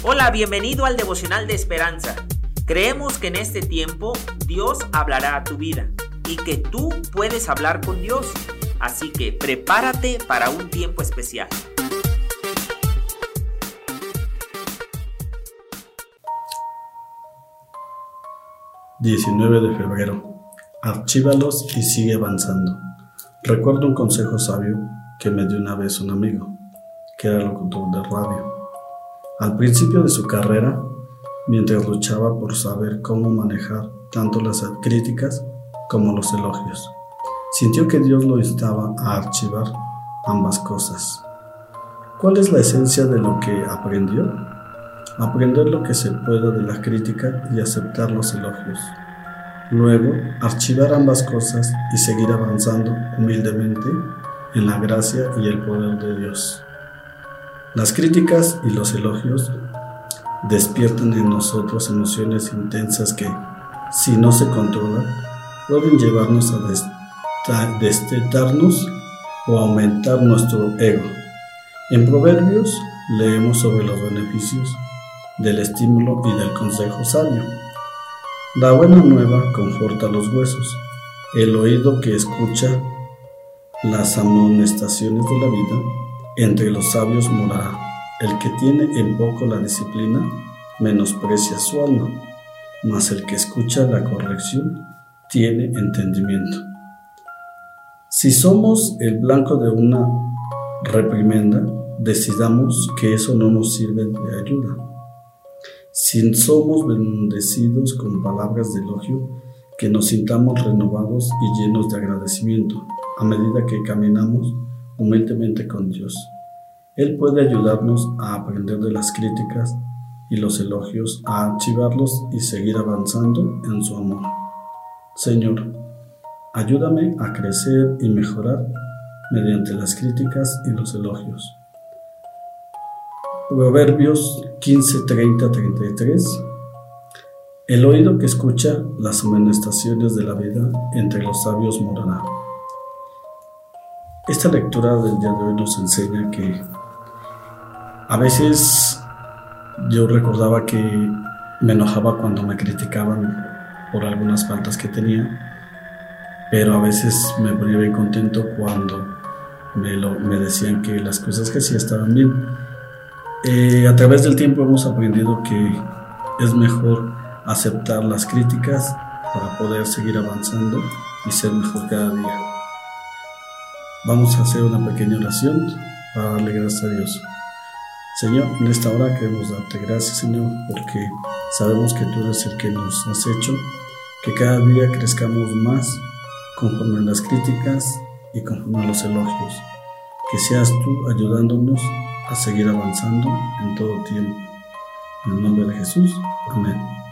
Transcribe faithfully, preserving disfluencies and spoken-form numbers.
Hola, bienvenido al Devocional de Esperanza. Creemos que en este tiempo Dios hablará a tu vida y que tú puedes hablar con Dios. Así que prepárate para un tiempo especial. diecinueve de febrero. Archívalos y sigue avanzando. Recuerdo un consejo sabio que me dio una vez un amigo, que era locutor de radio. Al principio de su carrera, mientras luchaba por saber cómo manejar tanto las críticas como los elogios, sintió que Dios lo instaba a archivar ambas cosas. ¿Cuál es la esencia de lo que aprendió? Aprender lo que se pueda de la crítica y aceptar los elogios. Luego, archivar ambas cosas y seguir avanzando humildemente en la gracia y el poder de Dios. Las críticas y los elogios despiertan en nosotros emociones intensas que, si no se controlan, pueden llevarnos a destetarnos o aumentar nuestro ego. En Proverbios leemos sobre los beneficios del estímulo y del consejo sabio. La buena nueva conforta los huesos. El oído que escucha las amonestaciones de la vida, entre los sabios morará. El que tiene en poco la disciplina, menosprecia su alma, mas el que escucha la corrección tiene entendimiento. Si somos el blanco de una reprimenda, decidamos que eso no nos sirve de ayuda. Si somos bendecidos con palabras de elogio, que nos sintamos renovados y llenos de agradecimiento a medida que caminamos humildemente con Dios. Él puede ayudarnos a aprender de las críticas y los elogios, a archivarlos y seguir avanzando en su amor. Señor, ayúdame a crecer y mejorar mediante las críticas y los elogios. Proverbios quince, treinta, treinta y tres. El oído que escucha las amonestaciones de la vida, entre los sabios morará. Esta lectura del día de hoy nos enseña que a veces yo recordaba que me enojaba cuando me criticaban por algunas faltas que tenía, pero a veces me ponía bien contento cuando me, lo, me decían que las cosas que hacía estaban bien. Eh, a través del tiempo hemos aprendido que es mejor aceptar las críticas para poder seguir avanzando y ser mejor cada día. Vamos a hacer una pequeña oración para darle gracias a Dios. Señor, en esta hora queremos darte gracias, Señor, porque sabemos que tú eres el que nos has hecho que cada día crezcamos más conforme a las críticas y conforme a los elogios. Que seas tú ayudándonos a seguir avanzando en todo tiempo. En el nombre de Jesús. Amén.